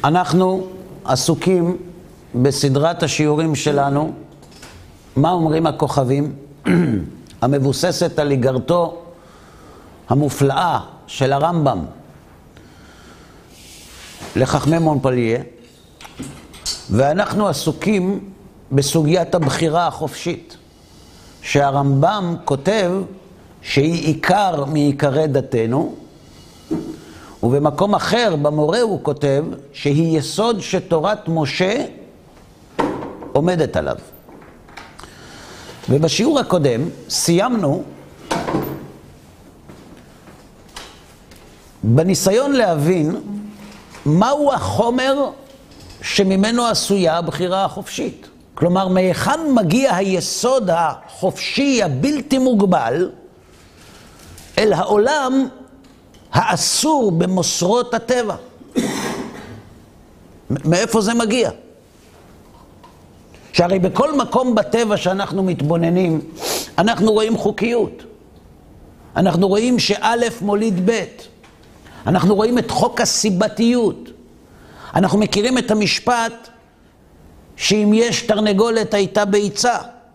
אנחנו עסוקים בסדרת השיעורים שלנו, מה אומרים הכוכבים, המבוססת על איגרתו המופלאה של הרמב"ם לחכמי מונפליה, ואנחנו עסוקים בסוגיית הבחירה החופשית, שהרמב"ם כותב שהיא עיקר מעיקרי דתנו, ובמקום אחר במורה הוא כותב שהיא יסוד שתורת משה עומדת עליו. ובשיעור הקודם סיימנו בניסיון להבין מהו החומר שממנו עשויה הבחירה החופשית. כלומר, מהיכן מגיע היסוד החופשי הבלתי מוגבל אל העולם האסור במוסרות הטבע. מאיפה זה מגיע? שהרי בכל מקום בטבע שאנחנו מתבוננים, אנחנו רואים חוקיות. אנחנו רואים שא' מוליד ב'. אנחנו רואים את חוק הסיבתיות. אנחנו מכירים את המשפט שאם יש תרנגולת הייתה ביצה.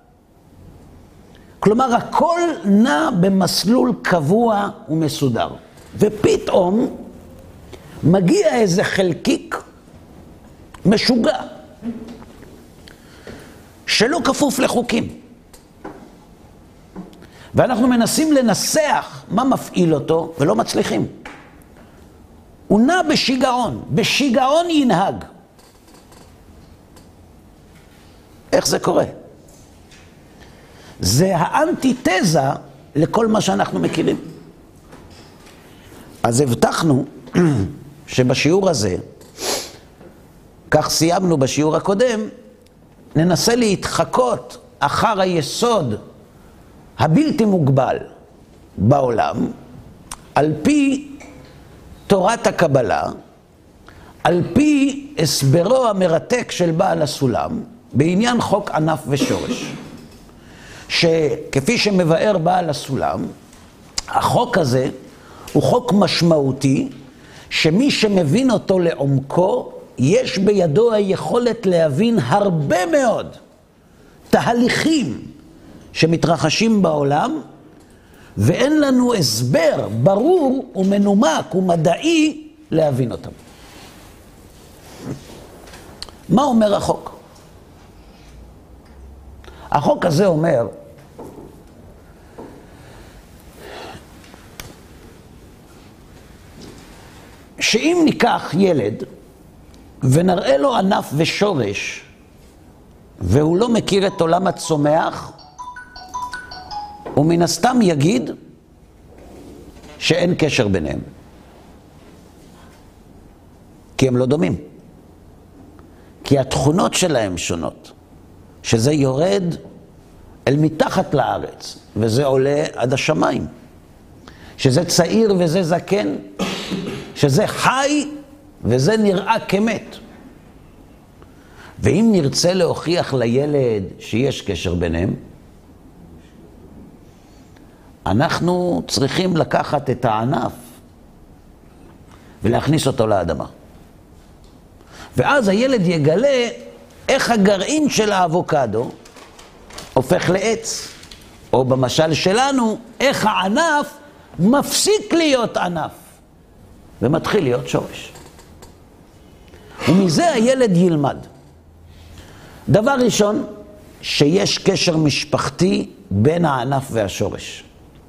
כלומר, הכל נע במסלול קבוע ומסודר. ופתאום מגיע איזה חלקיק משוגע שלא כפוף לחוקים. ואנחנו מנסים לנסח מה מפעיל אותו ולא מצליחים. הוא נע בשיגעון, בשיגעון ינהג. איך זה קורה? זה האנטיתזה לכל מה שאנחנו מכירים. אז הבטחנו שבשיעור הזה, כך סיימנו בשיעור הקודם, ננסה להתחקות אחר היסוד הבלתי מוגבל בעולם, על פי תורת הקבלה, על פי הסברו המרתק של בעל הסולם, בעניין חוק ענף ושורש. שכפי שמבאר בעל הסולם, החוק הזה הוא חוק משמעותי, שמי שמבין אותו לעומקו, יש בידו היכולת להבין הרבה מאוד תהליכים שמתרחשים בעולם, ואין לנו הסבר ברור ומנומק ומדעי להבין אותם. מה אומר החוק? החוק הזה אומר שאם ניקח ילד ונראה לו ענף ושורש והוא לא מכיר את עולם הצומח, הוא מן הסתם יגיד שאין קשר ביניהם, כי הם לא דומים, כי התכונות שלהם שונות, שזה יורד אל מתחת לארץ וזה עולה עד השמיים, שזה צעיר וזה זקן, שזה חי וזה נראה כמת. ואם נרצה להוכיח לילד שיש קשר ביניהם, אנחנו צריכים לקחת את הענף ולהכניס אותו לאדמה. ואז הילד יגלה איך הגרעין של האבוקדו הופך לעץ. או במשל שלנו, איך הענף מפסיק להיות ענף ומתחיל להיות שורש. ומזה הילד ילמד. דבר ראשון, שיש קשר משפחתי בין הענף והשורש.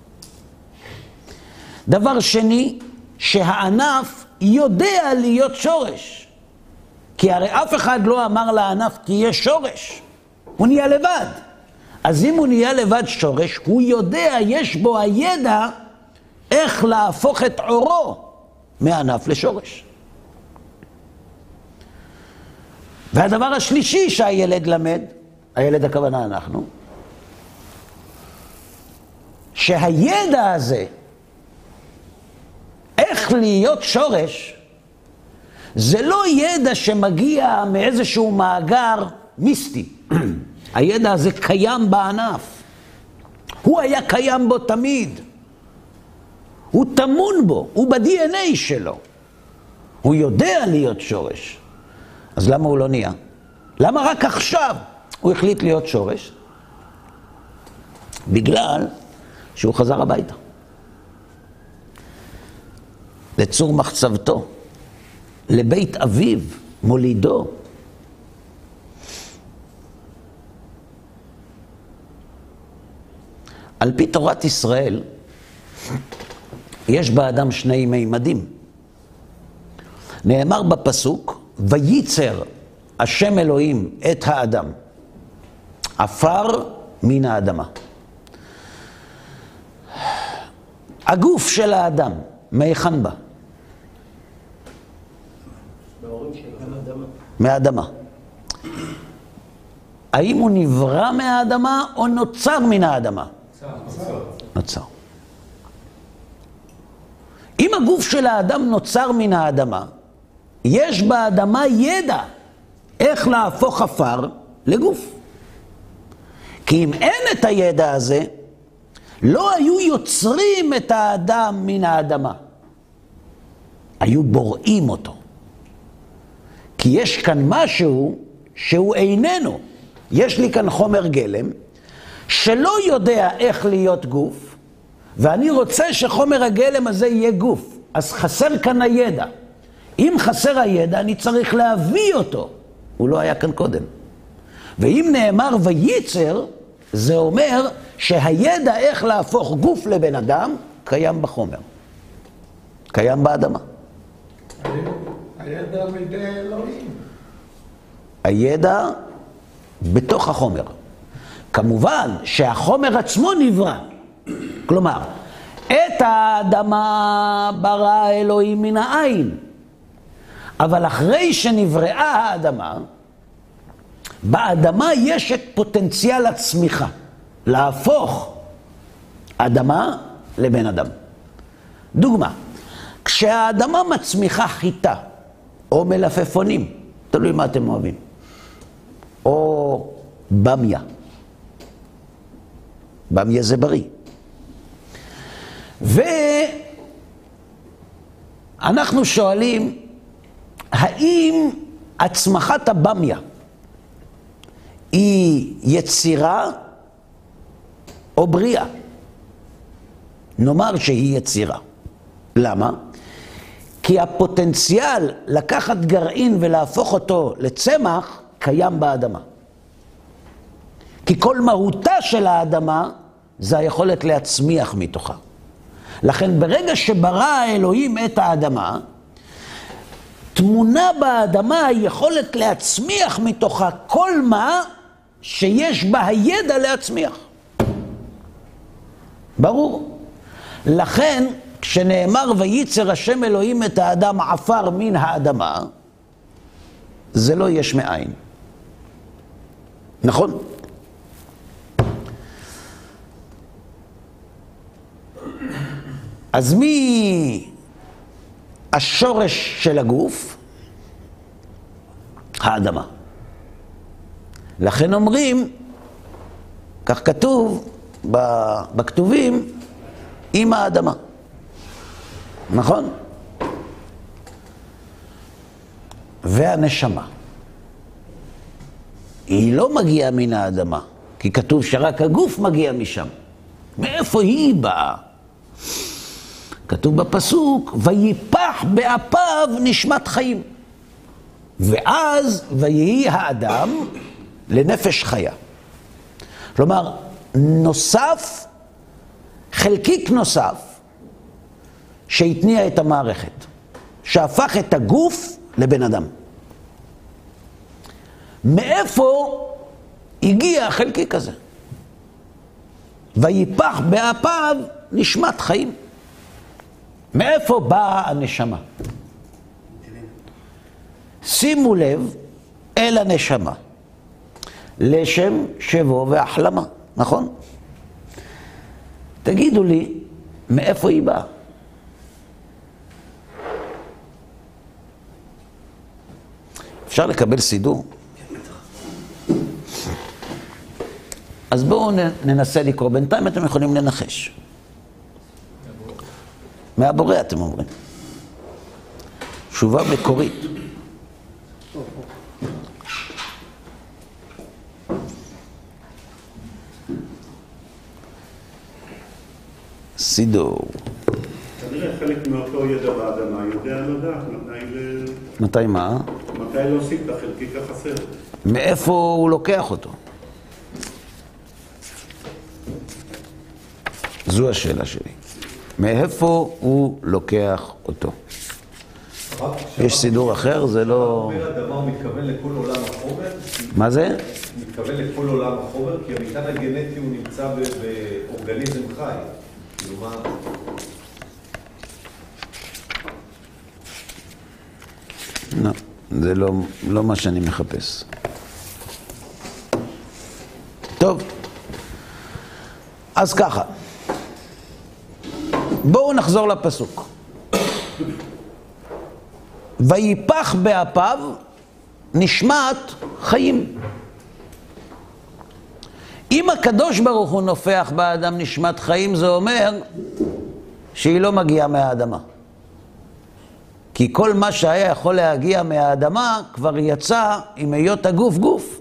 דבר שני, שהענף יודע להיות שורש. כי הרי אף אחד לא אמר לענף תהיה שורש. הוא נהיה לבד. אז אם הוא נהיה לבד שורש, הוא יודע, יש בו הידע איך להפוך את עורו מענף לשורש. והדבר השלישי שהילד למד, הילד הכוונה אנחנו, שהידע הזה, איך להיות שורש, זה לא ידע שמגיע מאיזשהו מאגר מיסטי. הידע הזה קיים בענף. הוא היה קיים בו תמיד. הוא תמון בו, הוא ב-DNA שלו. הוא יודע להיות שורש. אז למה הוא לא נהיה? למה רק עכשיו הוא החליט להיות שורש? בגלל שהוא חזר הביתה. לצור מחצבתו, לבית אביו, מולידו. על פי תורת ישראל, יש באדם שני מימדים. נאמר בפסוק, וייצר השם אלוהים את האדם, עפר מן האדמה. הגוף של האדם, מהיכן בא? מהאדמה. האם הוא נברא מהאדמה או נוצר מן האדמה? נוצר. אם הגוף של האדם נוצר מן האדמה, יש באדמה ידע איך להפוך עפר לגוף. כי אם אין את הידע הזה, לא היו יוצרים את האדם מן האדמה. היו בוראים אותו. כי יש כאן משהו שהוא איננו. יש לי כאן חומר גלם שלא יודע איך להיות גוף, ואני רוצה שחומר הגלם הזה יהיה גוף. אז חסר כאן הידע. אם חסר הידע, אני צריך להביא אותו. הוא לא היה כאן קודם. ואם נאמר וייצר, זה אומר שהידע איך להפוך גוף לבן אדם קיים בחומר. קיים באדמה. הידע מידי אלוהים. הידע בתוך החומר. כמובן שהחומר עצמו נברא. כלומר, את האדמה ברא אלוהים מן העין. אבל אחרי שנבראה האדמה, באדמה יש את פוטנציאל הצמיחה. להפוך אדמה לבן אדם. דוגמה, כשהאדמה מצמיחה חיטה, או מלפפונים, תלוי מה אתם אוהבים, או במיה. במיה זה בריא. ואנחנו שואלים, האם הצמחת הבמיה היא יצירה או בריאה? נאמר שהיא יצירה. למה? כי הפוטנציאל לקחת גרעין ולהפוך אותו לצמח קיים באדמה. כי כל מהותה של האדמה זה היכולת להצמיח מתוכה. לכן ברגע שברא האלוהים את האדמה, תמונה באדמה היכולת להצמיח מתוכה כל מה שיש בה הידע להצמיח. ברור. לכן כשנאמר וייצר השם אלוהים את האדם עפר מן האדמה, זה לא יש מאין. נכון? אז מי השורש של הגוף? האדמה. לכן אומרים, כך כתוב בכתובים, עם האדמה. נכון? והנשמה. היא לא מגיעה מן האדמה, כי כתוב שרק הגוף מגיע משם. מאיפה היא באה? כתוב בפסוק, ויפח באפיו נשמת חיים. ואז ויהי האדם לנפש חיה. כלומר, נוסף, חלקיק נוסף, שהתניע את המערכת, שהפך את הגוף לבן אדם. מאיפה הגיע החלקיק הזה? ויפח באפיו נשמת חיים. מאיפה באה הנשמה? שימו לב אל הנשמה. לשם, שבו והחלמה, נכון? תגידו לי, מאיפה היא באה? אפשר לקבל סידור? אז בואו ננסה לקרוא. בינתיים אתם יכולים לנחש. מהבורא אתם אומרים. תשובה מקורית. סידור. כנראה חלק מאותו ידע באדמה יודע לדעת מתי מה? מתי להוסיף את החלקיק החסר. מאיפה הוא לוקח אותו? זו השאלה שלי. מאיפה הוא לוקח אותו? יש סידור אחר, זה לא... הדבר מתכוון לכל עולם החומר? מה זה? מתכוון לכל עולם החומר, כי המטען הגנטי הוא נמצא באורגניזם חי. כאילו מה... לא, זה לא מה שאני מחפש. טוב, אז ככה. בואו נחזור לפסוק. ויפח באפיו נשמת חיים. אם הקדוש ברוך הוא נופח באדם נשמת חיים, זה אומר שהיא לא מגיעה מהאדמה. כי כל מה שהיה יכול להגיע מהאדמה כבר יצא עם היות הגוף גוף.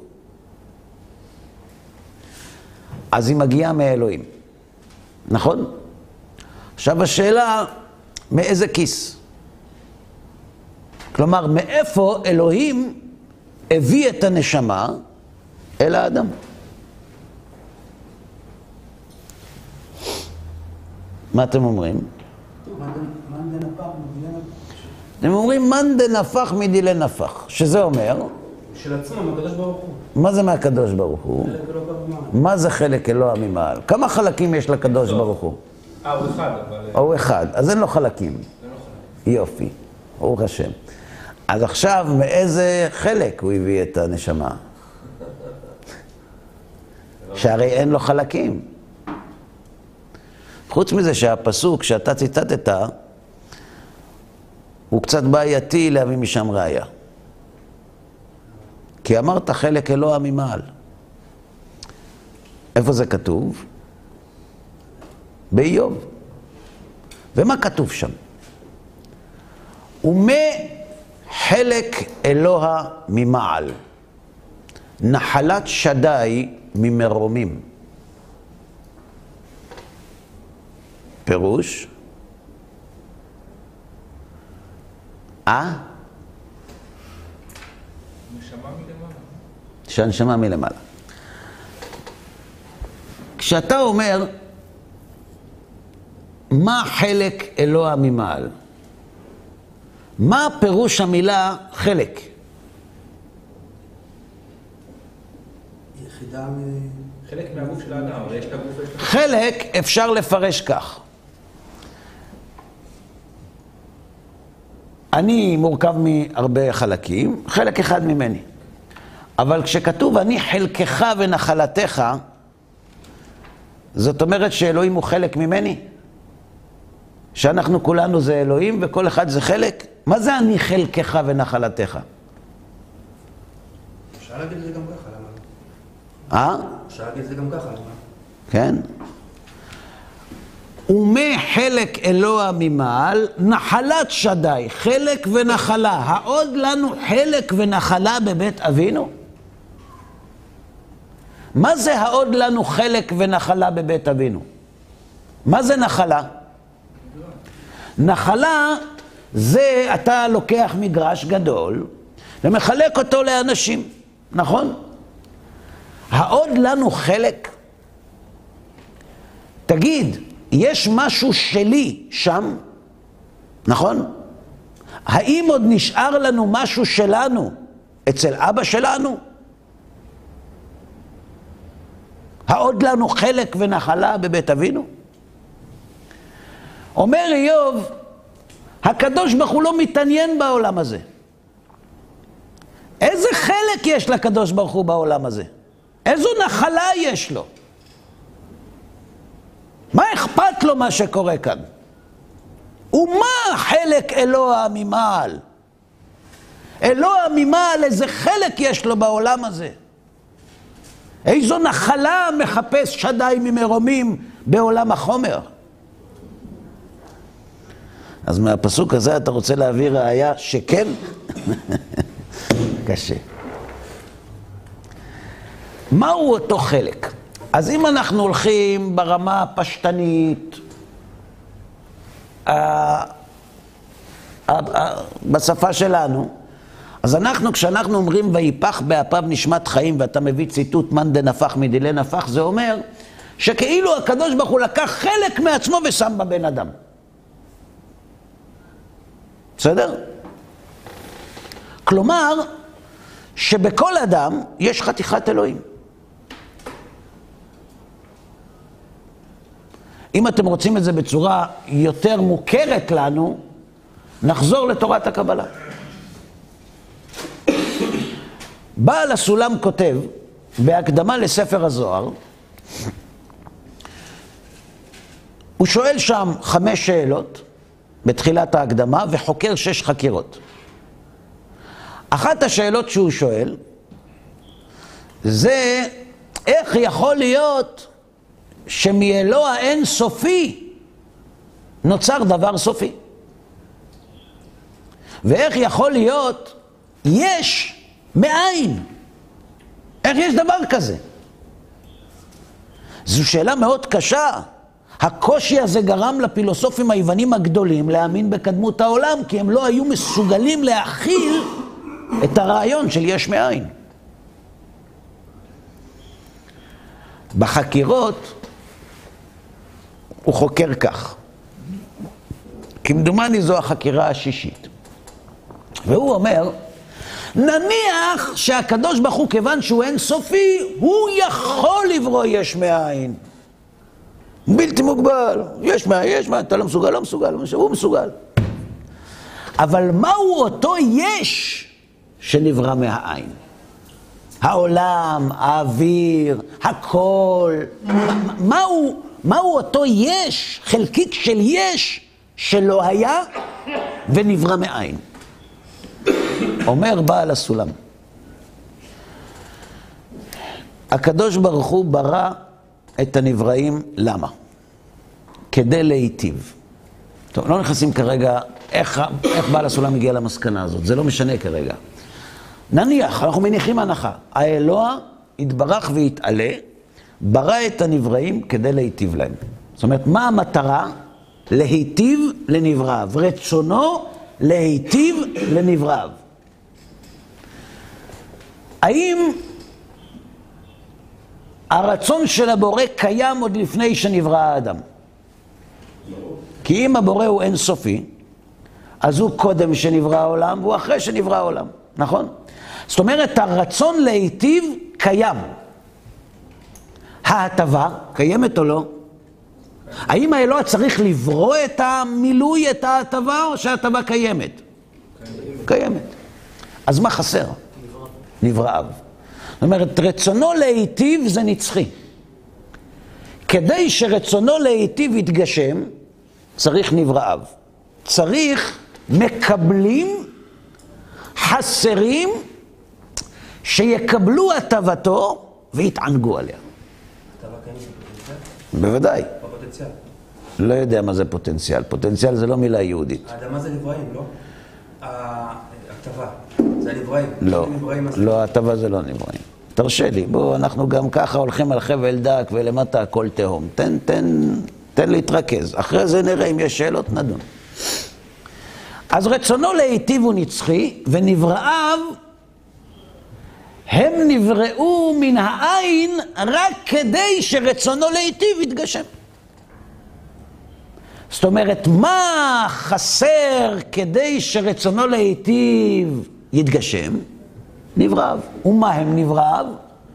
אז היא מגיעה מאלוהים. נכון? עכשיו השאלה, מאיזה כיס? כלומר, מאיפה אלוהים הביא את הנשמה אל האדם? מה אתם אומרים? אתם אומרים, מן דנפח מדילה נפח, שזה אומר... של עצמו, מהקדוש ברוך הוא. מה זה מהקדוש ברוך הוא? מה זה חלק אלוה ממעל? כמה חלקים יש לקדוש ברוך הוא? הוא אחד, אבל... הוא אחד, אז אין לו חלקים. יופי, ברוך השם. אז עכשיו, מאיזה חלק הוא הביא את הנשמה? שהרי אין לו חלקים. חוץ מזה שהפסוק שאתה ציטטת, הוא קצת בעייתי להביא משם ראיה. כי אמרת חלק אלוה ממעל. איפה זה כתוב? באיוב. ומה כתוב שם? ומחלק אלוה ממעל, נחלת שדי ממרומים. פירוש? נשמה מלמעלה. שהנשמה מלמעלה. כשאתה אומר, מה חלק אלוה ממעל? מה פירוש המילה חלק? יחידה חלק מהגוף של האדם, אבל יש את הגוף... חלק אפשר לפרש כך. אני מורכב מהרבה חלקים, חלק אחד ממני. אבל כשכתוב אני חלקך ונחלתך, זאת אומרת שאלוהים הוא חלק ממני? שאנחנו כולנו זה אלוהים וכל אחד זה חלק? מה זה אני חלקך ונחלתך? אפשר להגיד את זה גם ככה, למה? אפשר להגיד את זה גם ככה, למה? כן. ומחלק אלוה ממעל, נחלת שדי, חלק ונחלה. העוד לנו חלק ונחלה בבית אבינו? מה זה העוד לנו חלק ונחלה בבית אבינו? מה זה נחלה? נחלה זה אתה לוקח מגרש גדול ומחלק אותו לאנשים, נכון? העוד לנו חלק? תגיד, יש משהו שלי שם, נכון? האם עוד נשאר לנו משהו שלנו אצל אבא שלנו? העוד לנו חלק ונחלה בבית אבינו? אומר איוב, הקדוש ברוך הוא לא מתעניין בעולם הזה. איזה חלק יש לקדוש ברוך הוא בעולם הזה? איזו נחלה יש לו? מה אכפת לו מה שקורה כאן? ומה חלק אלוה ממעל? אלוה ממעל, איזה חלק יש לו בעולם הזה? איזו נחלה מחפש שדי ממרומים בעולם החומר? אז מהפסוק הזה אתה רוצה להביא ראיה שכן? קשה. מהו אותו חלק? אז אם אנחנו הולכים ברמה הפשטנית, בשפה שלנו. אז כשאנחנו אומרים ויפח באפיו נשמת חיים, ואתה מביא ציטוט מאן דנפח מדילי נפח, זה אומר שכאילו הקדוש ברוך הוא לקח חלק מעצמו ושם בבן אדם. בסדר? כלומר, שבכל אדם יש חתיכת אלוהים. אם אתם רוצים את זה בצורה יותר מוכרת לנו, נחזור לתורת הקבלה. בעל הסולם כותב, בהקדמה לספר הזוהר, הוא שואל שם 5 שאלות בתחילת ההקדמה, וחוקר 6 חקירות. אחת השאלות שהוא שואל, זה איך יכול להיות שמאלוה אין סופי נוצר דבר סופי? ואיך יכול להיות יש מאין? איך יש דבר כזה? זו שאלה מאוד קשה. הקושי הזה גרם לפילוסופים היוונים הגדולים להאמין בקדמות העולם, כי הם לא היו מסוגלים להכיל את הרעיון של יש מאין. בחקירות הוא חוקר כך. כמדומני זו החקירה השישית. והוא אומר, נניח שהקדוש ברוך הוא, כיוון שהוא אין סופי, הוא יכול לברוא יש מאין. בלתי מוגבל. יש מאין, אתה לא מסוגל, הוא מסוגל. אבל מהו אותו יש שנברא מהעין? העולם, האוויר, הכל. מהו אותו יש, חלקיק של יש, שלא היה ונברא מאין? אומר בעל הסולם, הקדוש ברוך הוא ברא את הנבראים, למה? כדי להיטיב. טוב, לא נכנסים כרגע איך בעל הסולם הגיע למסקנה הזאת, זה לא משנה כרגע. נניח, אנחנו מניחים הנחה, האלוה יתברך ויתעלה, ברא את הנבראים כדי להיטיב להם. זאת אומרת, מה המטרה? להיטיב לנבראיו. רצונו להיטיב לנבראיו. האם הרצון של הבורא קיים עוד לפני שנברא האדם? כי אם הבורא הוא אינסופי, אז הוא קודם שנברא העולם והוא אחרי שנברא העולם, נכון? זאת אומרת, הרצון להיטיב קיים. ההטבה קיימת או לא? האם האלוה צריך לברוא את המילוי, את ההטבה, או שההטבה קיימת? קיימת. אז מה חסר? נבראיו. זאת אומרת, רצונו להיטיב זה נצחי. כדי שרצונו להיטיב יתגשם, צריך נבראיו. צריך מקבלים, חסרים, שיקבלו הטבתו ויתענגו עליה. הטבה קיימת בפוטנציאל? בוודאי. בפוטנציאל. לא יודע מה זה פוטנציאל. פוטנציאל זה לא מילה יהודית. האדמה זה נבראים, לא? הטבה, זה נבראים. לא, הטבה זה לא נבראים. תרשה לי, בוא, אנחנו גם ככה הולכים על חבל דק ולמטה הכל תהום. תן להתרכז. אחרי זה נראה אם יש שאלות, נדון. אז רצונו להיטיב הוא נצחי, ונבראיו הם נבראו מן העין רק כדי שרצונו להיטיב יתגשם. זאת אומרת, מה חסר כדי שרצונו להיטיב יתגשם? נבראיו. ומה הם נבראיו?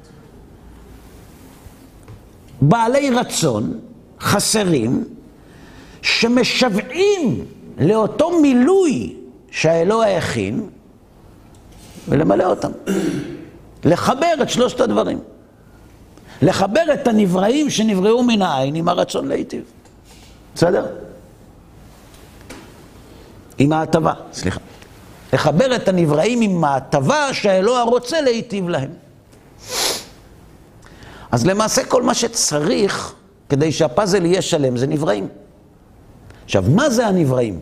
בעלי רצון, חסרים, שמשוועים לאותו מילוי שהאלוה הכין, ולמלא אותם. לחבר את 3 הדברים. לחבר את הנבראים שנבראו מן העין עם הרצון להיטיב. בסדר? עם ההטבה, סליחה. לחבר את הנבראים עם ההטבה שהאלוה רוצה להיטיב להם. אז למעשה כל מה שצריך כדי שהפאזל יהיה שלם זה נבראים. עכשיו, מה זה הנבראים?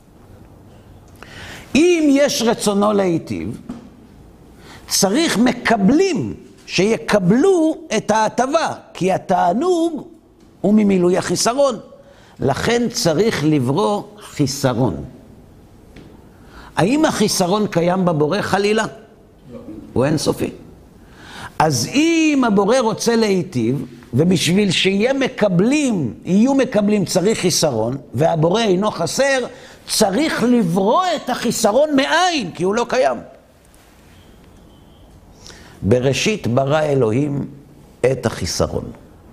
אם יש רצונו להיטיב, צריך מקבלים שיקבלו את ההטבה, כי התענוג הוא ממילוי החיסרון. לכן צריך לברוא חיסרון. האם החיסרון קיים בבורא חלילה? לא. הוא אינסופי. אז אם הבורא רוצה להיטיב, ובשביל יהיו מקבלים צריך חיסרון, והבורא אינו חסר, צריך לברוא את החיסרון מאין, כי הוא לא קיים. בראשית ברא אלוהים את החיסרון.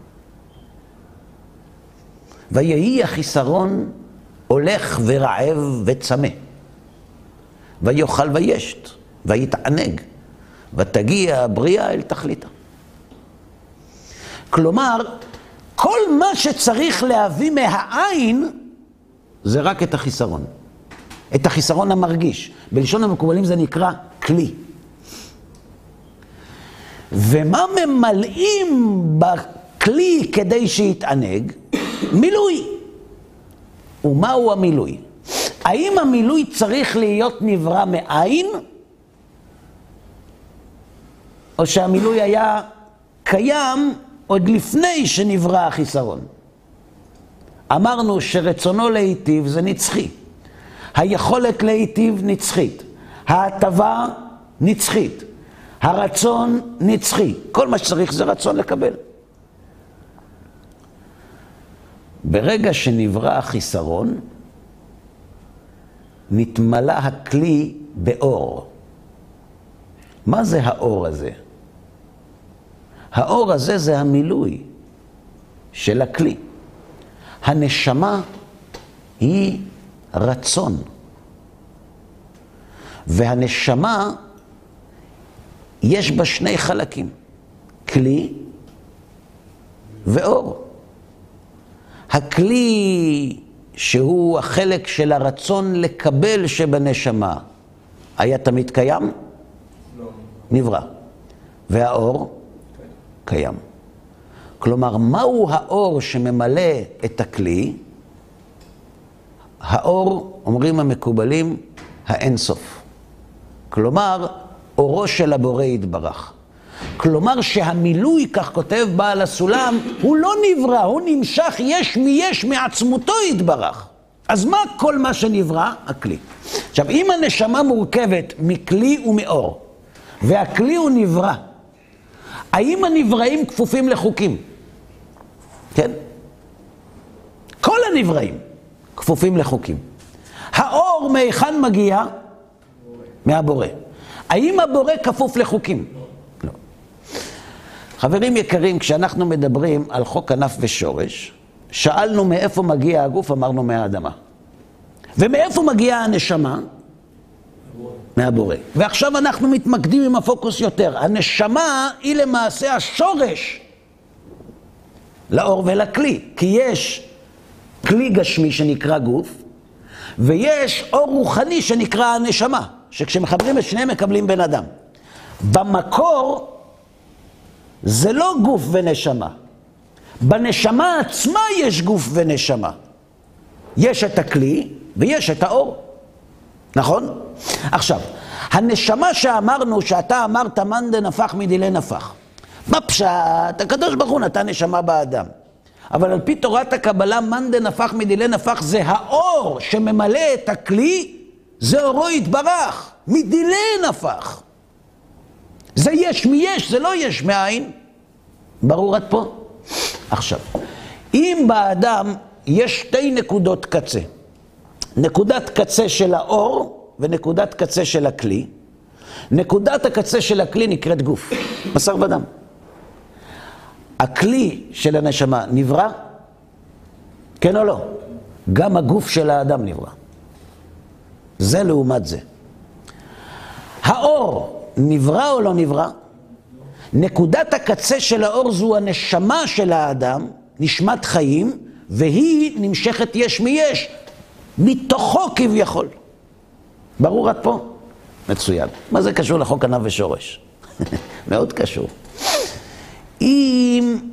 ויהי החיסרון הולך ורעב וצמא. ויאכל וישת, ויתענג, ותגיע הבריאה אל תכליתה. כלומר, כל מה שצריך להביא מהעין, זה רק את החיסרון. את החיסרון המרגיש. בלשון המקובלים זה נקרא כלי. ומה ממלאים בכלי כדי שיתענג? מילוי. ומהו המילוי? האם המילוי צריך להיות נברא מאין? או שהמילוי היה קיים עוד לפני שנברא החיסרון? אמרנו שרצונו להיטיב זה נצחי. היכולת להיטיב נצחית. ההטבה נצחית. הרצון נצחי. כל מה שצריך זה רצון לקבל. ברגע שנברא החיסרון, נתמלא הכלי באור. מה זה האור הזה? האור הזה זה המילוי של הכלי. הנשמה היא רצון. והנשמה יש בה שני חלקים, כלי ואור. הכלי שהוא החלק של הרצון לקבל שבנשמה, היה תמיד קיים? לא. נברא. והאור? קיים. כלומר, מהו האור שממלא את הכלי? האור, אומרים המקובלים, האינסוף. כלומר, אורו של הבורא יתברך. כלומר שהמילוי, כך כותב בעל הסולם, הוא לא נברא, הוא נמשך יש מיש מעצמותו יתברך. אז מה כל מה שנברא? הכלי. עכשיו, אם הנשמה מורכבת מכלי ומאור, והכלי הוא נברא, האם הנבראים כפופים לחוקים? כן? כל הנבראים כפופים לחוקים. האור מהיכן מגיע? מהבורא. האם הבורא כפוף לחוקים? לא. חברים יקרים, כשאנחנו מדברים על חוק כנף ושורש, שאלנו מאיפה מגיע הגוף, אמרנו מהאדמה. ומאיפה מגיעה הנשמה? מהבורא. ועכשיו אנחנו מתמקדים עם הפוקוס יותר. הנשמה היא למעשה השורש לאור ולכלי. כי יש כלי גשמי שנקרא גוף, ויש אור רוחני שנקרא הנשמה. שכשמחברים את שניהם מקבלים בן אדם. במקור זה לא גוף ונשמה. בנשמה עצמה יש גוף ונשמה. יש את הכלי ויש את האור. נכון? עכשיו, הנשמה שאמרנו, שאתה אמרת מן דנפח מדילי נפח. בפשט, הקדוש ברוך הוא נתן נשמה באדם. אבל על פי תורת הקבלה, מן דנפח מדילי נפח זה האור שממלא את הכלי, זה אורו יתברך, מדילי נפח. זה יש מיש, זה לא יש מאין. ברור עד פה? עכשיו, אם באדם יש שתי נקודות קצה, נקודת קצה של האור ונקודת קצה של הכלי, נקודת הקצה של הכלי נקראת גוף, בשר ודם. הכלי של הנשמה נברא? כן או לא? גם הגוף של האדם נברא. זה לעומת זה. האור נברא או לא נברא? נקודת הקצה של האור זו הנשמה של האדם, נשמת חיים, והיא נמשכת יש מיש, מתוכו כביכול. ברור עד פה? מצוין. מה זה קשור לחוק כנף ושורש? מאוד קשור. אם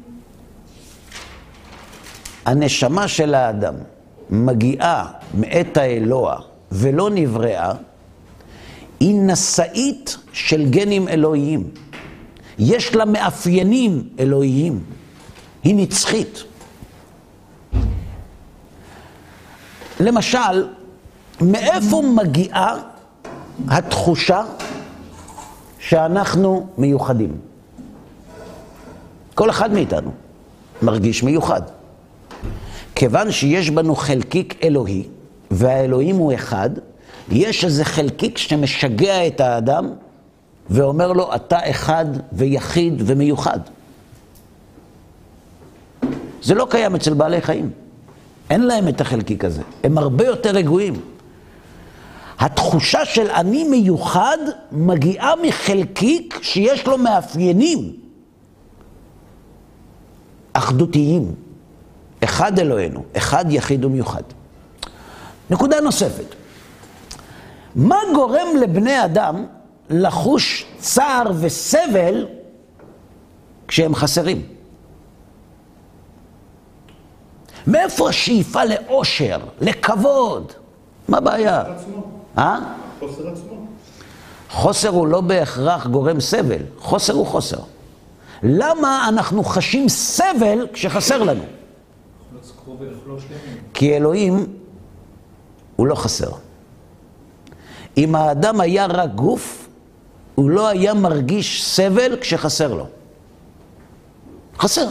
הנשמה של האדם מגיעה מאת האלוה ולא נבראה, היא נשאית של גנים אלוהיים. יש לה מאפיינים אלוהיים. היא נצחית. למשל, מאיפה מגיעה התחושה שאנחנו מיוחדים? כל אחד מאיתנו מרגיש מיוחד. כיוון שיש בנו חלקיק אלוהי, והאלוהים הוא אחד, יש איזה חלקיק שמשגע את האדם, ואומר לו, אתה אחד ויחיד ומיוחד. זה לא קיים אצל בעלי חיים. אין להם את החלקיק הזה. הם הרבה יותר רגועים. התחושה של אני מיוחד מגיעה מחלקיק שיש לו מאפיינים אחדותיים. אחד אלוהינו, אחד יחיד ומיוחד. נקודה נוספת. מה גורם לבני אדם לחוש צער וסבל כשהם חסרים? מאיפה השאיפה לאושר, לכבוד? מה הבעיה? חוסר עצמו. חוסר הוא לא בהכרח גורם סבל. חוסר הוא חוסר. למה אנחנו חשים סבל כשחסר לנו? כי אלוהים הוא לא חסר. אם האדם היה רק גוף, הוא לא היה מרגיש סבל כשחסר לו. חסר.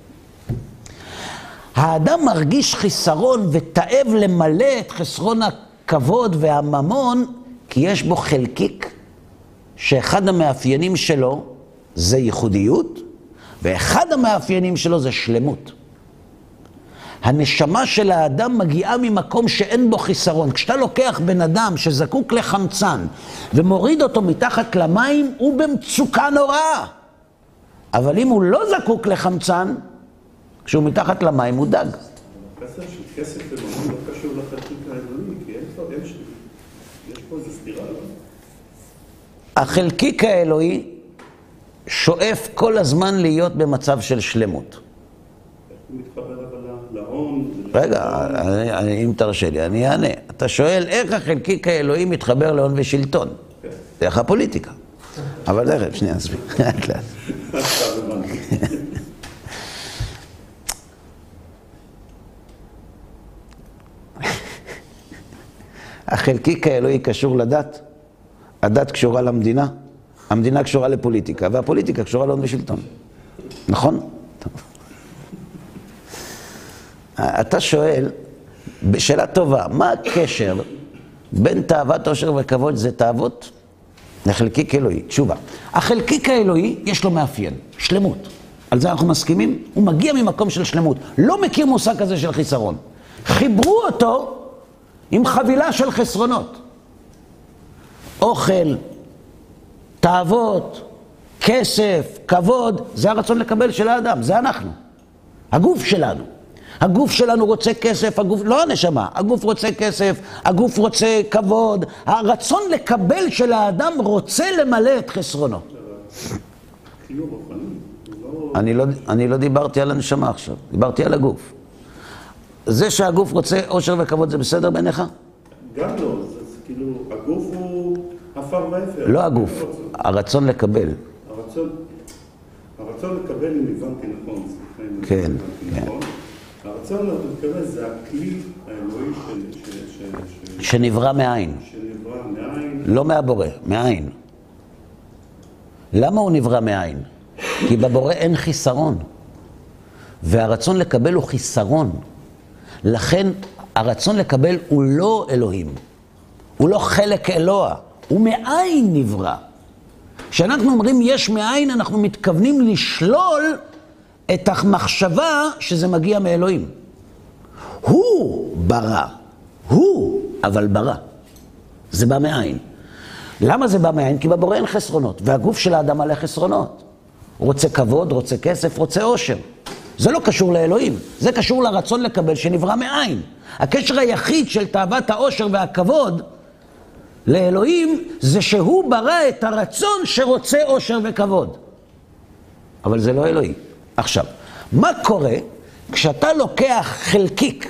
האדם מרגיש חיסרון ותאב למלא את חסרון הכבוד והממון, כי יש בו חלקיק שאחד המאפיינים שלו זה ייחודיות, ואחד המאפיינים שלו זה שלמות. הנשמה של האדם מגיעה ממקום שאין בו חיסרון. כשאתה לוקח בן אדם שזקוק לחמצן ומוריד אותו מתחת למים, הוא במצוקה נוראה. אבל אם הוא לא זקוק לחמצן, כשהוא מתחת למים הוא דג. החסר של כסף וממון לא קשור לחלקיק האלוהי, כי יש פה איזו סתירה, לא? החלקיק האלוהי שואף כל הזמן להיות במצב של שלמות. הוא מתחבר אבל להון. רגע, אם תרשה לי, אני אענה. אתה שואל איך החלקיק האלוהי מתחבר להון ושלטון. דרך הפוליטיקה. אבל דרך, שנייה, אסביר. לאט לאט. החלקיק האלוהי קשור לדת, הדת קשורה למדינה, המדינה קשורה לפוליטיקה, והפוליטיקה קשורה להון ושלטון. נכון? אתה שואל, בשאלה טובה, מה הקשר בין תאוות עושר וכבוד? זה תאוות לחלקיק אלוהי. תשובה, החלקיק האלוהי יש לו מאפיין, שלמות. על זה אנחנו מסכימים? הוא מגיע ממקום של שלמות. לא מכיר מושג כזה של חיסרון. חיברו אותו עם חבילה של חסרונות. אוכל, תאוות, כסף, כבוד, זה הרצון לקבל של האדם, זה אנחנו. הגוף שלנו. הגוף שלנו רוצה כסף, הגוף, לא הנשמה, הגוף רוצה כסף, הגוף רוצה כבוד. הרצון לקבל של האדם רוצה למלא את חסרונו. אני לא דיברתי על הנשמה עכשיו, דיברתי על הגוף. זה שהגוף רוצה עושר וכבוד זה בסדר בעיניך? גם לא, זה כאילו, הגוף הוא אפר ואפר. לא הגוף, הרצון לקבל. הרצון לקבל, אם הבנתי נכון, כן, כן. הרצון לקבל זה הכלי האלוהי שנברא מעין. שנברא מעין. לא מהבורא, מעין. למה הוא נברא מעין? כי בבורא אין חיסרון. והרצון לקבל הוא חיסרון. לכן הרצון לקבל הוא לא אלוהים. הוא לא חלק אלוה. הוא מעין נברא. כשאנחנו אומרים יש מעין, אנחנו מתכוונים לשלול את המחשבה שזה מגיע מאלוהים. הוא ברא. הוא, אבל ברא. זה בא מעין. למה זה בא מעין? כי בבורא אין חסרונות. והגוף של האדם מלא חסרונות. הוא רוצה כבוד, רוצה כסף, רוצה עושר. זה לא קשור לאלוהים. זה קשור לרצון לקבל שנברא מעין. הקשר היחיד של תאוות העושר והכבוד לאלוהים זה שהוא ברא את הרצון שרוצה עושר וכבוד. אבל זה לא אלוהי. עכשיו, מה קורה כשאתה לוקח חלקיק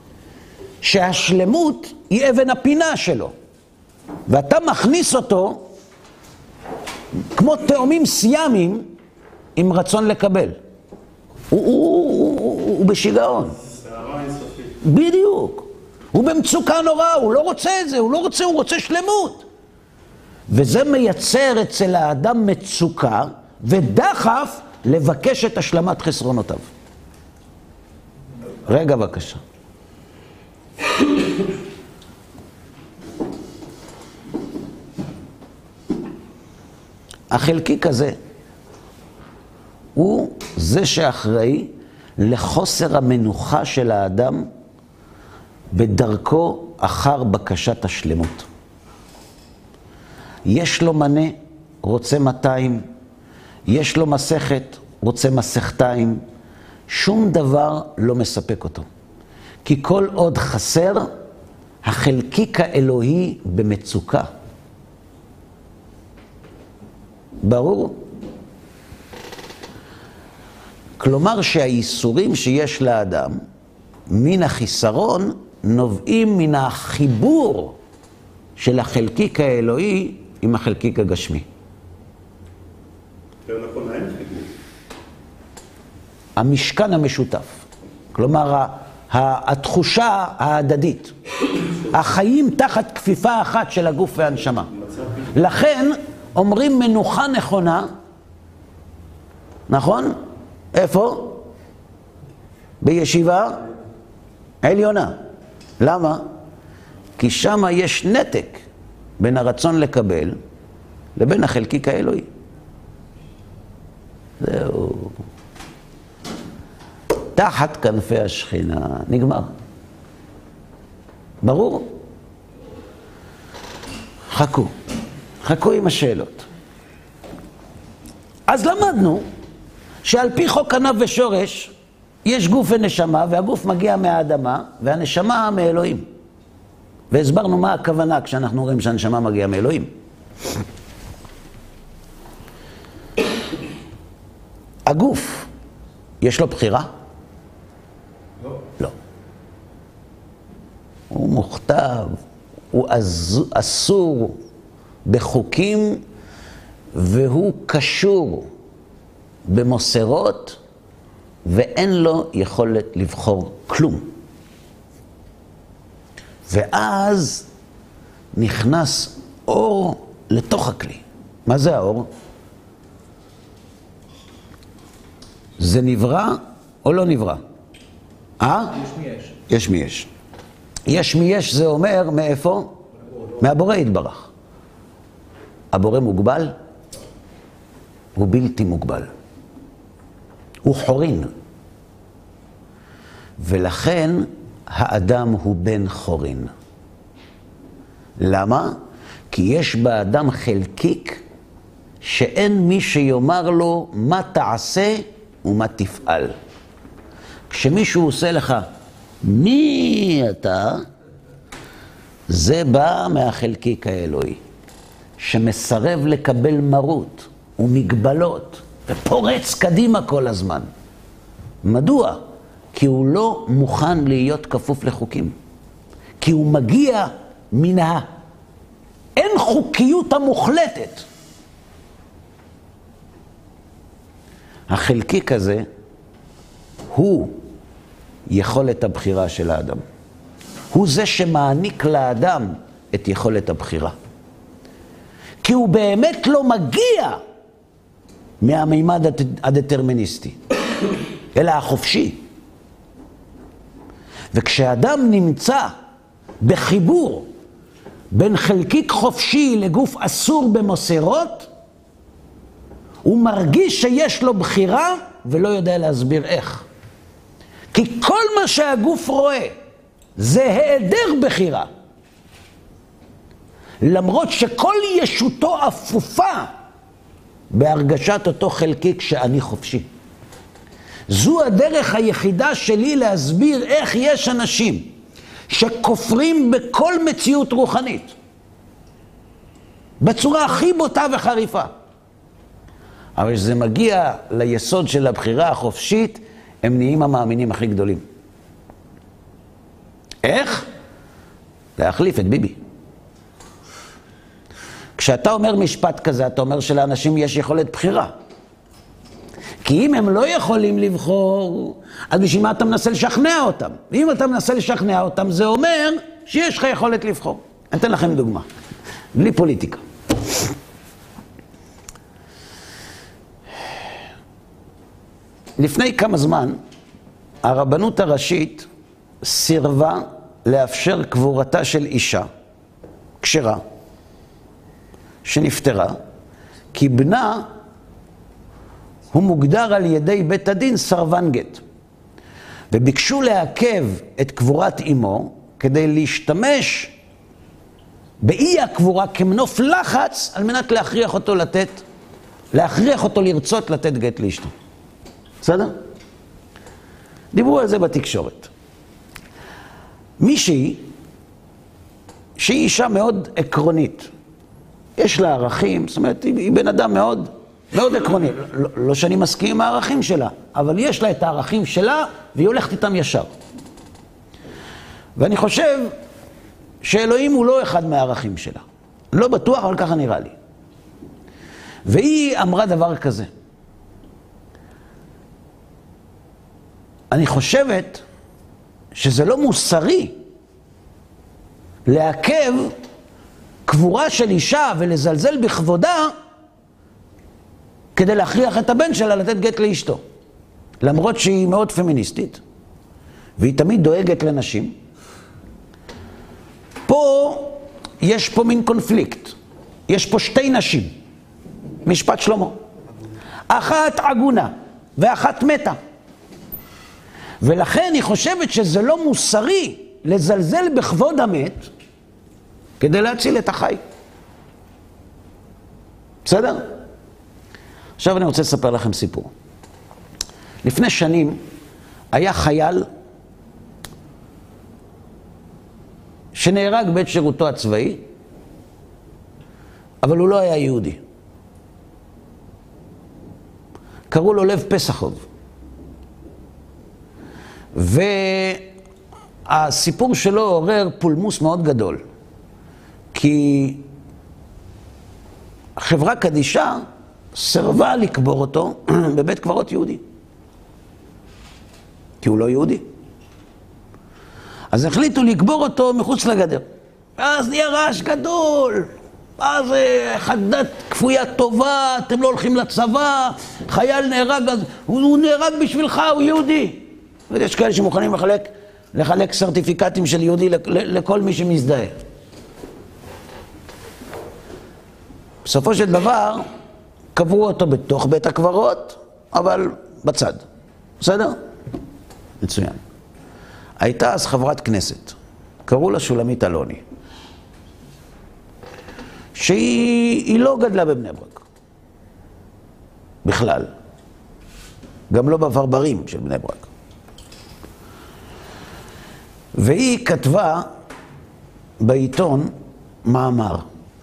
שהשלמות היא אבן הפינה שלו, ואתה מכניס אותו כמו תאומים סיאמים עם רצון לקבל? הוא בשיגעון. בדיוק. הוא במצוקה נורא, הוא לא רוצה את זה, הוא רוצה שלמות. וזה מייצר אצל האדם מצוקה ודחף לבקש את השלמת חסרונותיו. רגע בבקשה. החלקיק הזה הוא זה שאחראי לחוסר המנוחה של האדם בדרכו אחר בקשת השלמות. יש לו מנה, רוצה 200, יש לו מסכת, רוצה מסכתיים, שום דבר לא מספק אותו. כי כל עוד חסר, החלקיק האלוהי במצוקה. ברור? כלומר שהאיסורים שיש לאדם מן החיסרון נובעים מן החיבור של החלקיק האלוהי עם החלקיק הגשמי. יותר נכון, אין חיבור. המשכן המשותף. כלומר, התחושה ההדדית. החיים תחת כפיפה אחת של הגוף והנשמה. לכן אומרים מנוחה נכונה, נכון? איפה? בישיבה עליונה. למה? כי שם יש נתק בין הרצון לקבל לבין החלקיק האלוהי. זהו. תחת כנפי השכינה. נגמר. ברור? חכו עם השאלות. אז למדנו שעל פי חוק ענב ושורש יש גוף ונשמה, והגוף מגיע מהאדמה והנשמה מאלוהים. והסברנו מה הכוונה כשאנחנו אומרים שהנשמה מגיעה מאלוהים. הגוף, יש לו בחירה? לא. הוא מוכתב, הוא אסור בחוקים, והוא קשור במוסרות, ואין לו יכולת לבחור כלום. ואז נכנס אור לתוך הכלי. מה זה האור? זה נברא או לא נברא? יש מיש. יש מיש. יש מיש זה אומר מאיפה? מהבורא יתברך. הבורא מוגבל? הוא בלתי מוגבל. הוא חורין. ולכן האדם הוא בן חורין. למה? כי יש באדם חלקיק שאין מי שיאמר לו מה תעשה ומה תפעל. כשמישהו עושה לך מי אתה, זה בא מהחלקיק האלוהי, שמסרב לקבל מרות ומגבלות ופורץ קדימה כל הזמן. מדוע? כי הוא לא מוכן להיות כפוף לחוקים. כי הוא מגיע מן אין חוקיות המוחלטת. החלקיק הזה הוא יכולת הבחירה של האדם. הוא זה שמעניק לאדם את יכולת הבחירה. כי הוא באמת לא מגיע מהמימד הדטרמיניסטי, אלא החופשי. וכשאדם נמצא בחיבור בין חלקיק חופשי לגוף אסור במוסרות, הוא מרגיש שיש לו בחירה ולא יודע להסביר איך. כי כל מה שהגוף רואה זה היעדר בחירה. למרות שכל ישותו אפופה בהרגשת אותו חלקיק שאני חופשי. זו הדרך היחידה שלי להסביר איך יש אנשים שכופרים בכל מציאות רוחנית. בצורה הכי בוטה וחריפה. אבל כשזה מגיע ליסוד של הבחירה החופשית, הם נהיים המאמינים הכי גדולים. איך? להחליף את ביבי. כשאתה אומר משפט כזה, אתה אומר שלאנשים יש יכולת בחירה. כי אם הם לא יכולים לבחור, אז בשביל מה אתה מנסה לשכנע אותם? ואם אתה מנסה לשכנע אותם, זה אומר שיש לך יכולת לבחור. אני אתן לכם דוגמה, בלי פוליטיקה. לפני כמה זמן, הרבנות הראשית סירבה לאפשר קבורתה של אישה, כשרה, שנפטרה, כי בנה הוא מוגדר על ידי בית הדין סרבן גט. וביקשו לעכב את קבורת אמו כדי להשתמש באי הקבורה כמנוף לחץ על מנת להכריח אותו לרצות לתת גט לאשתו. בסדר? דיברו על זה בתקשורת. מישהי שהיא אישה מאוד עקרונית, יש לה ערכים, זאת אומרת, היא בן אדם מאוד, מאוד עקרוני. לא שאני מסכים עם הערכים שלה, אבל יש לה את הערכים שלה, והיא הולכת איתם ישר. ואני חושב שאלוהים הוא לא אחד מהערכים שלה. לא בטוח, אבל ככה נראה לי. והיא אמרה דבר כזה. אני חושבת שזה לא מוסרי לעכב קבורה של אישה ולזלזל בכבודה כדי להכריח את הבן שלה לתת גט לאשתו. למרות שהיא מאוד פמיניסטית, והיא תמיד דואגת לנשים. יש פה מין קונפליקט. יש פה שתי נשים. משפט שלמה. אחת עגונה ואחת מתה. ולכן היא חושבת שזה לא מוסרי לזלזל בכבוד המת כדי להציל את החי. בסדר? עכשיו אני רוצה לספר לכם סיפור. לפני שנים היה חייל שנהרג בעת שירותו הצבאי, אבל הוא לא היה יהודי. קראו לו לב פסחוב. והסיפור שלו עורר פולמוס מאוד גדול. כי חברה קדישה סרבה לקבור אותו בבית קברות יהודי. כי הוא לא יהודי. אז החליטו לקבור אותו מחוץ לגדר. אז נהיה רעש גדול. אז חדת כפויה טובה, אתם לא הולכים לצבא, חייל נהרג, אז הוא נהרג בשבילך, הוא יהודי. ויש כאלה שמוכנים לחלק סרטיפיקטים של יהודי לכל מי שמזדהה. בסופו של דבר, קברו אותו בתוך בית הקברות, אבל בצד. בסדר? מצוין. הייתה אז חברת כנסת, קראו לה שולמית אלוני, שהיא לא גדלה בבני ברק. בכלל. גם לא בפרברים של בני ברק. והיא כתבה בעיתון מאמר.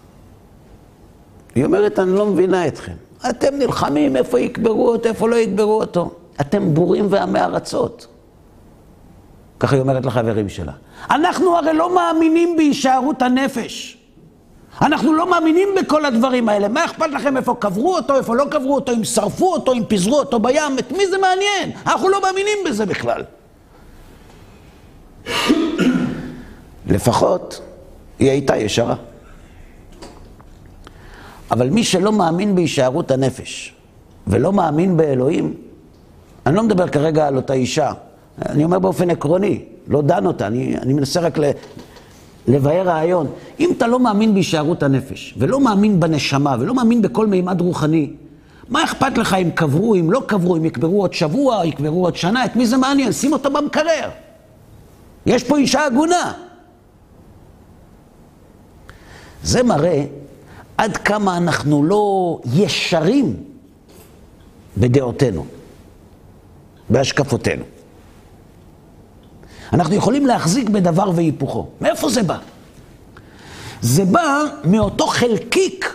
היא אומרת, אני לא מבינה אתכם. אתם נלחמים איפה יקברו אותו, איפה לא יקברו אותו. אתם בורים ועמי ארצות. ככה היא אומרת לחברים שלה. אנחנו הרי לא מאמינים בהישארות הנפש. אנחנו לא מאמינים בכל הדברים האלה. מה אכפת לכם איפה קברו אותו, איפה לא קברו אותו, אם שרפו אותו, אם פיזרו אותו בים? את מי זה מעניין? אנחנו לא מאמינים בזה בכלל. לפחות היא הייתה ישרה. אבל מי שלא מאמין בהישארות הנפש ולא מאמין באלוהים, אני לא מדבר כרגע על אותה אישה, אני אומר באופן עקרוני, לא דן אותה, אני מנסה רק לבאר רעיון. אם אתה לא מאמין בהישארות הנפש ולא מאמין בנשמה ולא מאמין בכל מימד רוחני, מה אכפת לך אם קברו, אם לא קברו, אם יקברו עוד שבוע, יקברו עוד שנה, את מי זה מעניין? שים אותה במקרר. יש פה אישה עגונה. זה מראה עד כמה אנחנו לא ישרים בדעותינו, בהשקפותינו. אנחנו יכולים להחזיק בדבר והיפוכו. מאיפה זה בא? זה בא מאותו חלקיק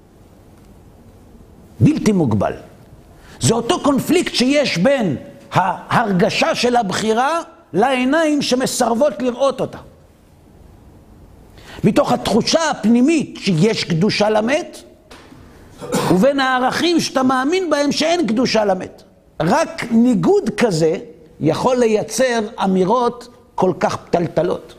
בלתי מוגבל. זה אותו קונפליקט שיש בין ההרגשה של הבחירה לעיניים שמסרבות לראות אותה. מתוך התחושה הפנימית שיש קדושה למת, ובין הערכים שאתה מאמין בהם שאין קדושה למת. רק ניגוד כזה יכול לייצר אמירות כל כך פתלתלות.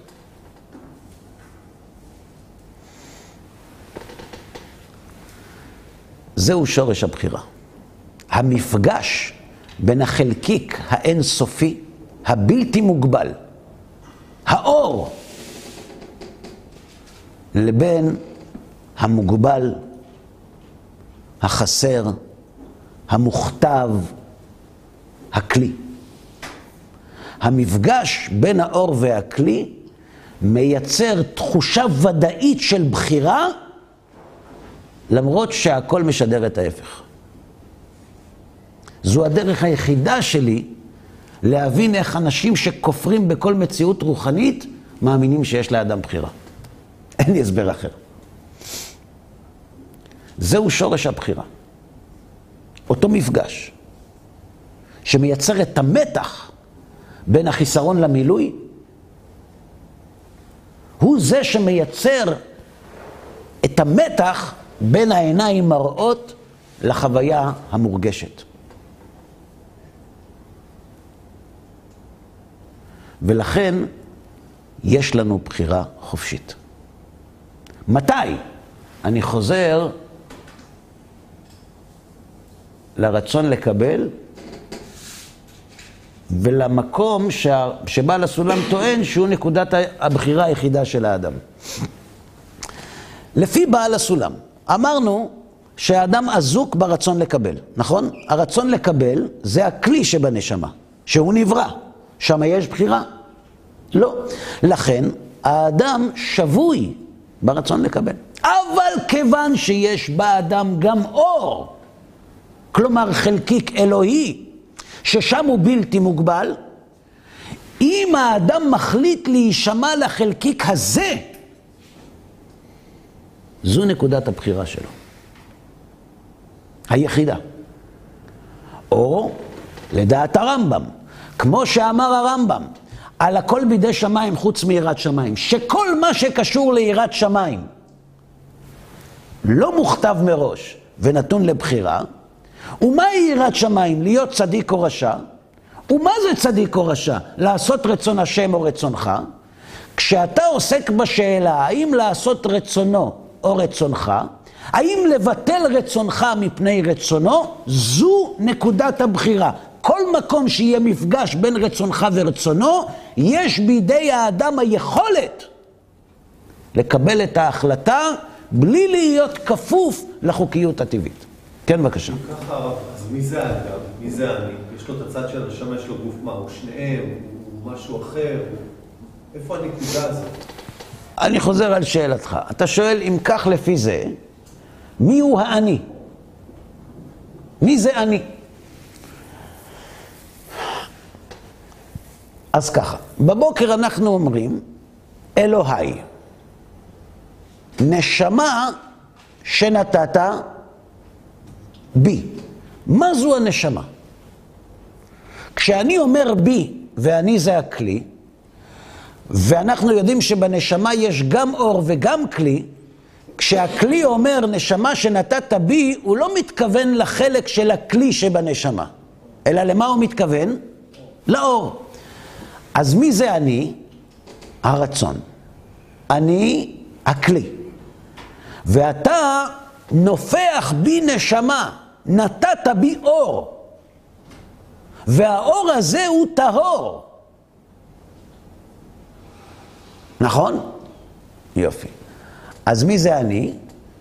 זהו שורש הבחירה. המפגש בין החלקיק האינסופי, הבלתי מוגבל, האור, לבין המוגבל, החסר, המוכתב, הכלי. המפגש בין האור והכלי מייצר תחושה ודאית של בחירה, למרות שהכל משדר את ההפך. זו הדרך היחידה שלי להבין איך אנשים שכופרים בכל מציאות רוחנית מאמינים שיש לאדם בחירה. אין לי הסבר אחר. זהו שורש הבחירה. אותו מפגש שמייצר את המתח בין החיסרון למילוי, הוא זה שמייצר את המתח בין העיניים מראות לחוויה המורגשת. ולכן יש לנו בחירה חופשית. מתי? אני חוזר לרצון לקבל ולמקום שבעל הסולם טוען שהוא נקודת הבחירה היחידה של האדם. לפי בעל הסולם, אמרנו שהאדם אזוק ברצון לקבל, נכון? הרצון לקבל זה הכלי שבנשמה, שהוא נברא. שם יש בחירה? לא. לכן האדם שבוי ברצון לקבל. אבל כיוון שיש באדם גם אור, כלומר חלקיק אלוהי, ששם הוא בלתי מוגבל, אם האדם מחליט להישמע לחלקיק הזה, זו נקודת הבחירה שלו. היחידה. או לדעת הרמב"ם, כמו שאמר הרמב"ם, על הכל בידי שמיים חוץ מיראת שמיים, שכל מה שקשור ליראת שמיים לא מוכתב מראש ונתון לבחירה. ומהי יראת שמיים? להיות צדיק או רשע. ומה זה צדיק או רשע? לעשות רצון השם או רצונך. כשאתה עוסק בשאלה האם לעשות רצונו או רצונך, האם לבטל רצונך מפני רצונו, זו נקודת הבחירה. כל מקום שיהיה מפגש בין רצונך ורצונו, יש בידי האדם היכולת לקבל את ההחלטה בלי להיות כפוף לחוקיות הטבעית. כן, בבקשה. ככה, אז מי זה האדם? מי זה אני? יש לו את הצד של הנשמה, יש לו גוף מה? הוא שניהם? הוא משהו אחר? איפה הנקודה הזאת? אני חוזר על שאלתך. אתה שואל אם כך לפי זה, מי הוא האני? מי זה אני? אז ככה, בבוקר אנחנו אומרים, אלוהי, נשמה שנתת בי. מה זו הנשמה? כשאני אומר בי, ואני זה הכלי, ואנחנו יודעים שבנשמה יש גם אור וגם כלי, כשהכלי אומר נשמה שנתת בי, הוא לא מתכוון לחלק של הכלי שבנשמה, אלא למה הוא מתכוון? לאור. אז מי זה אני? הרצון. אני הכלי. ואתה נופח בי נשמה, נתת בי אור. והאור הזה הוא טהור. נכון? יופי. אז מי זה אני?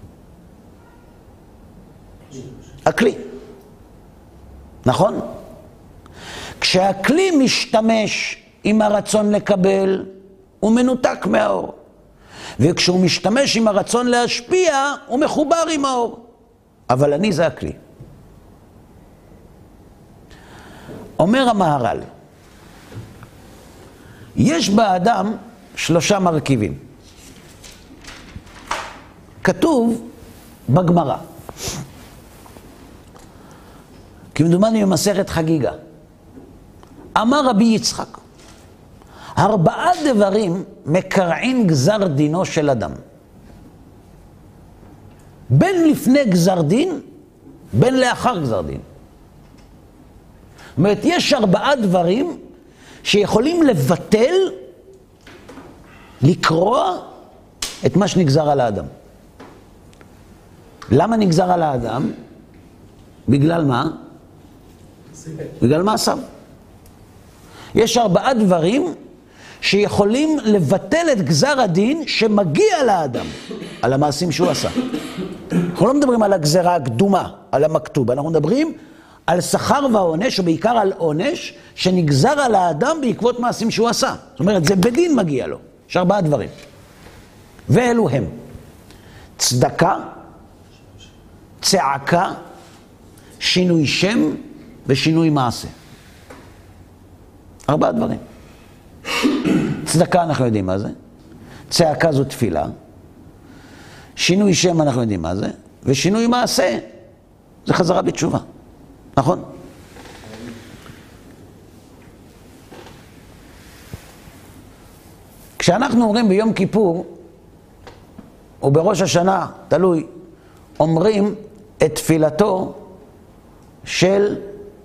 הכלי. נכון? כשהכלי משתמש עם הרצון לקבל, הוא מנותק מהאור. וכשהוא משתמש עם הרצון להשפיע, הוא מחובר עם האור. אבל אני זה הכלי. אומר המהר"ל, יש באדם 3 מרכיבים. כתוב בגמרא, כמדומני במסכת חגיגה, אמר רבי יצחק, 4 דברים מקרעין גזר דינו של אדם. בין לפני גזר דין, בין לאחר גזר דין. זאת אומרת, יש 4 דברים שיכולים לבטל, לקרוע את מה שנגזר על האדם. למה נגזר על האדם? בגלל מה? בגלל מעשיו. יש 4 דברים שיכולים לבטל את גזר הדין שמגיע לאדם על המעשים שהוא עשה. אנחנו לא מדברים על הגזרה הקדומה, על המכתוב, אנחנו מדברים על שכר והעונש, ובעיקר על עונש שנגזר על האדם בעקבות מעשים שהוא עשה. זאת אומרת, זה בדין מגיע לו. יש 4 דברים. ואלו הם צדקה, צעקה, שינוי שם ושינוי מעשה. 4 דברים. צדקה אנחנו יודעים מה זה, צעקה זו תפילה, שינוי שם אנחנו יודעים מה זה, ושינוי מעשה זה חזרה בתשובה, נכון? כשאנחנו אומרים ביום כיפור, או בראש השנה, תלוי, אומרים את תפילתו של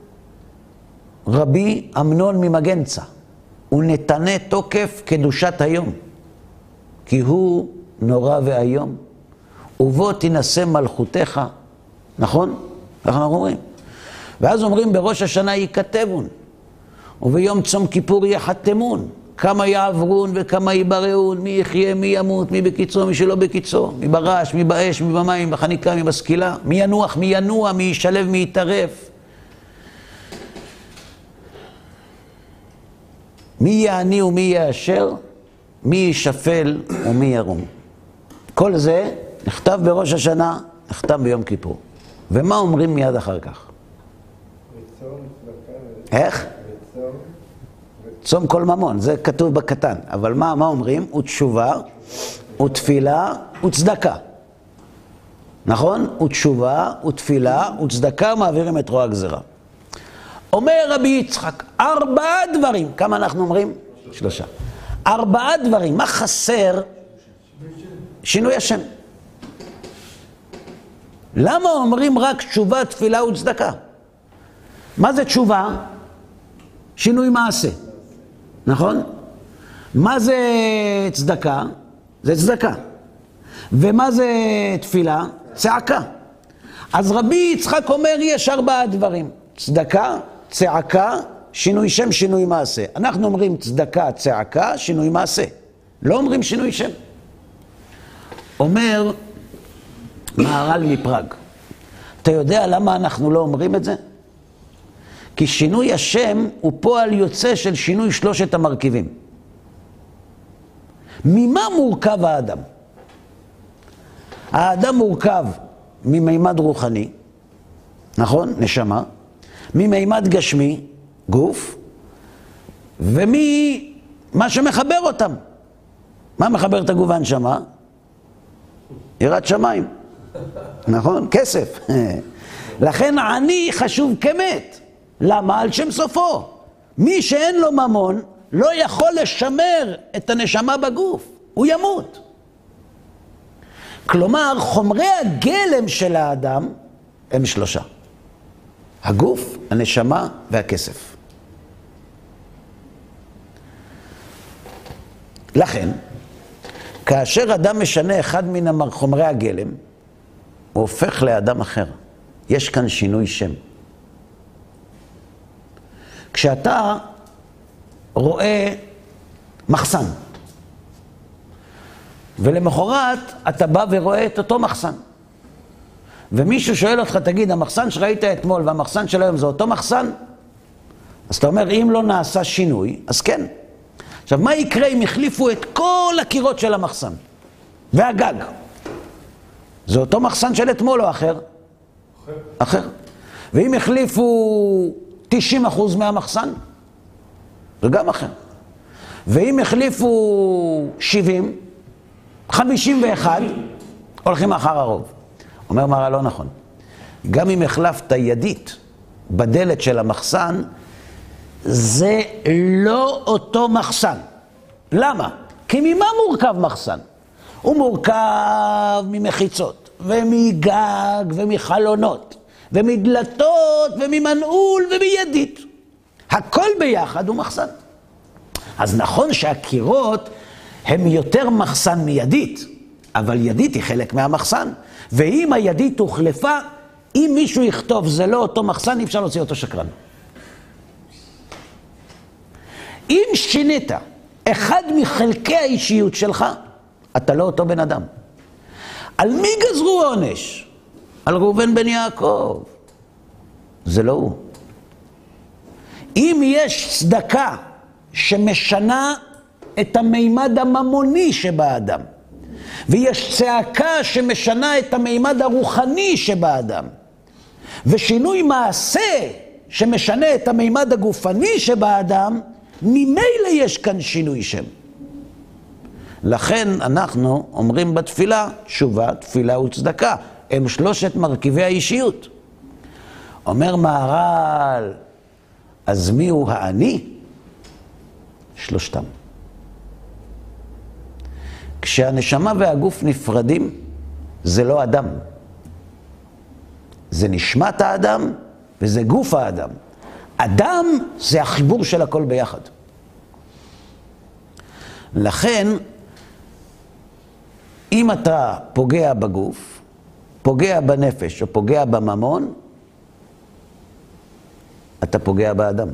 רבי אמנון ממגנצה, ונתנה תוקף קדושת היום, כי הוא נורא והיום, ובו תנסה מלכותך, נכון? איך אנחנו אומרים? ואז אומרים בראש השנה ייכתבון, וביום צום כיפור יחתמון, כמה יעברון וכמה יברעון, מי יחיה, מי ימות, מי בקיצו, מי שלא בקיצו, מי ברעש, מי באש, מי במים, בחניקה, מי בסקילה, מי ינוח, מי ינוע, מי ישלב, מי יטרף, מי יעני ומי יאשר, מי ישפל ומי ירום. כל זה נכתב בראש השנה, נכתב ביום כיפור. ומה אומרים מיד אחר כך? איך? צום כל ממון, זה כתוב בקטן. אבל מה אומרים? ותשובה, ותפילה, וצדקה. נכון? ותשובה, ותפילה, וצדקה, מעבירים את רוע הגזרה. אומר רבי יצחק, 4 דברים. כמה אנחנו אומרים? 3. 4 דברים. מה חסר? שינוי השם. למה אומרים רק תשובה, תפילה וצדקה? מה זה תשובה? שינוי מעשה. נכון? מה זה צדקה? זה צדקה. ומה זה תפילה? צעקה. אז רבי יצחק אומר יש 4 דברים. צדקה, צעקה, שינוי שם, שינוי מעשה. אנחנו אומרים צדקה, צעקה, שינוי מעשה. לא אומרים שינוי שם. אומר מהר"ל מפראג, אתה יודע למה אנחנו לא אומרים את זה? כי שינוי השם הוא פועל יוצא של שינוי 3 המרכיבים. ממה מורכב האדם? האדם מורכב ממימד רוחני, נכון? נשמה. ממימד גשמי, גוף, ומה שמחבר אותם. מה מחבר את הגוף והנשמה? יראת שמיים. נכון? כסף. לכן עני חשוב כמת. למה? על שם סופו. מי שאין לו ממון לא יכול לשמר את הנשמה בגוף. הוא ימות. כלומר, חומרי הגלם של האדם הם 3. הגוף, הנשמה והכסף. לכן, כאשר אדם משנה אחד מן חומרי הגלם, הוא הופך לאדם אחר. יש כאן שינוי שם. כשאתה רואה מחסן, ולמחרת אתה בא ורואה את אותו מחסן, ומישהו שואל אותך, תגיד, המחסן שראית אתמול והמחסן של היום זה אותו מחסן? אז אתה אומר, אם לא נעשה שינוי, אז כן. עכשיו, מה יקרה אם יחליפו את כל הקירות של המחסן? והגג. זה אותו מחסן של אתמול או אחר? אחר. ואם יחליפו 90% מהמחסן? זה גם אחר. ואם יחליפו 70, 51, הולכים אחר הרוב. אומר מר"ל, לא נכון. גם אם החלפת ידית בדלת של המחסן, זה לא אותו מחסן. למה? כי ממה מורכב מחסן? הוא מורכב ממחיצות, ומגג, ומחלונות, ומדלתות, וממנעול, ומידית. הכל ביחד הוא מחסן. אז נכון שהקירות הם יותר מחסן מידית, אבל ידית היא חלק מהמחסן. ואם הידית הוחלפה, אם מישהו יכתוב זה לא אותו מחסן, אי אפשר להוציא אותו שקרן. אם שינית אחד מחלקי האישיות שלך, אתה לא אותו בן אדם. על מי גזרו עונש? על ראובן בן יעקב. זה לא הוא. אם יש צדקה שמשנה את המימד הממוני שבאדם, ויש צעקה שמשנה את המימד הרוחני שבאדם, ושינוי מעשה שמשנה את המימד הגופני שבאדם, ממילא יש כאן שינוי שם. לכן אנחנו אומרים בתפילה, תשובה, תפילה וצדקה. הם שלושת מרכיבי האישיות. אומר מהר"ל, אז מי הוא האני? שלושתם. כשהנשמה והגוף נפרדים, זה לא אדם. זה נשמת האדם וזה גוף האדם. אדם זה החיבור של הכל ביחד. לכן, אם אתה פוגע בגוף, פוגע בנפש או פוגע בממון, אתה פוגע באדם.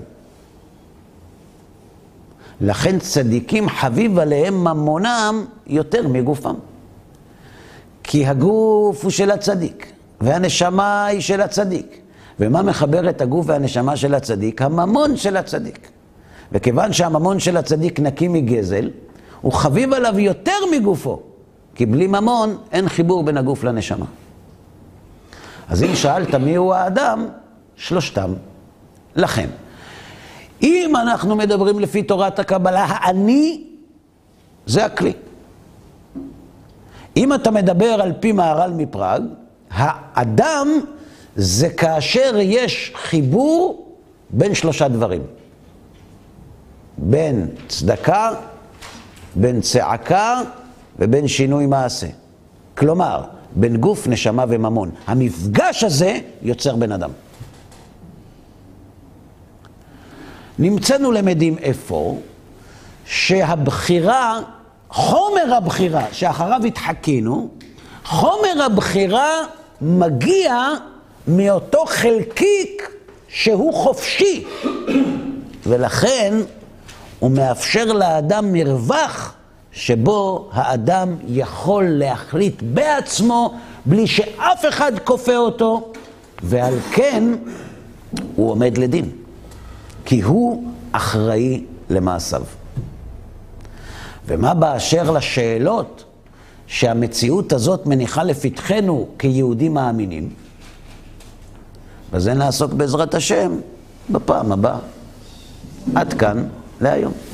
לכן צדיקים חביב עליהם ממונם יותר מגופם. כי הגוף הוא של הצדיק, והנשמה היא של הצדיק. ומה מחבר את הגוף והנשמה של הצדיק? הממון של הצדיק. וכיוון שהממון של הצדיק נקי מגזל, הוא חביב עליו יותר מגופו. כי בלי ממון אין חיבור בין הגוף לנשמה. אז אם שאלת מי הוא האדם, שלושתם. לכן, אם אנחנו מדברים לפי תורת הקבלה, האני זה הכלי. אם אתה מדבר על פי מהר"ל מפראג, האדם זה כאשר יש חיבור בין שלושה דברים. בין צדקה, בין צעקה ובין שינוי מעשה. כלומר, בין גוף, נשמה וממון. המפגש הזה יוצר בן אדם. נמצאנו למדים איפה שהבחירה, חומר הבחירה שאחריו התחכינו, חומר הבחירה מגיע מאותו חלקיק שהוא חופשי, ולכן הוא מאפשר לאדם מרווח שבו האדם יכול להחליט בעצמו בלי שאף אחד כופה אותו, ועל כן הוא עומד לדין, כי הוא אחראי למעשיו. ומה באשר לשאלות שהמציאות הזאת מניחה לפתחנו כיהודים מאמינים, בזה נעסוק בעזרת השם בפעם הבאה. עד כאן להיום.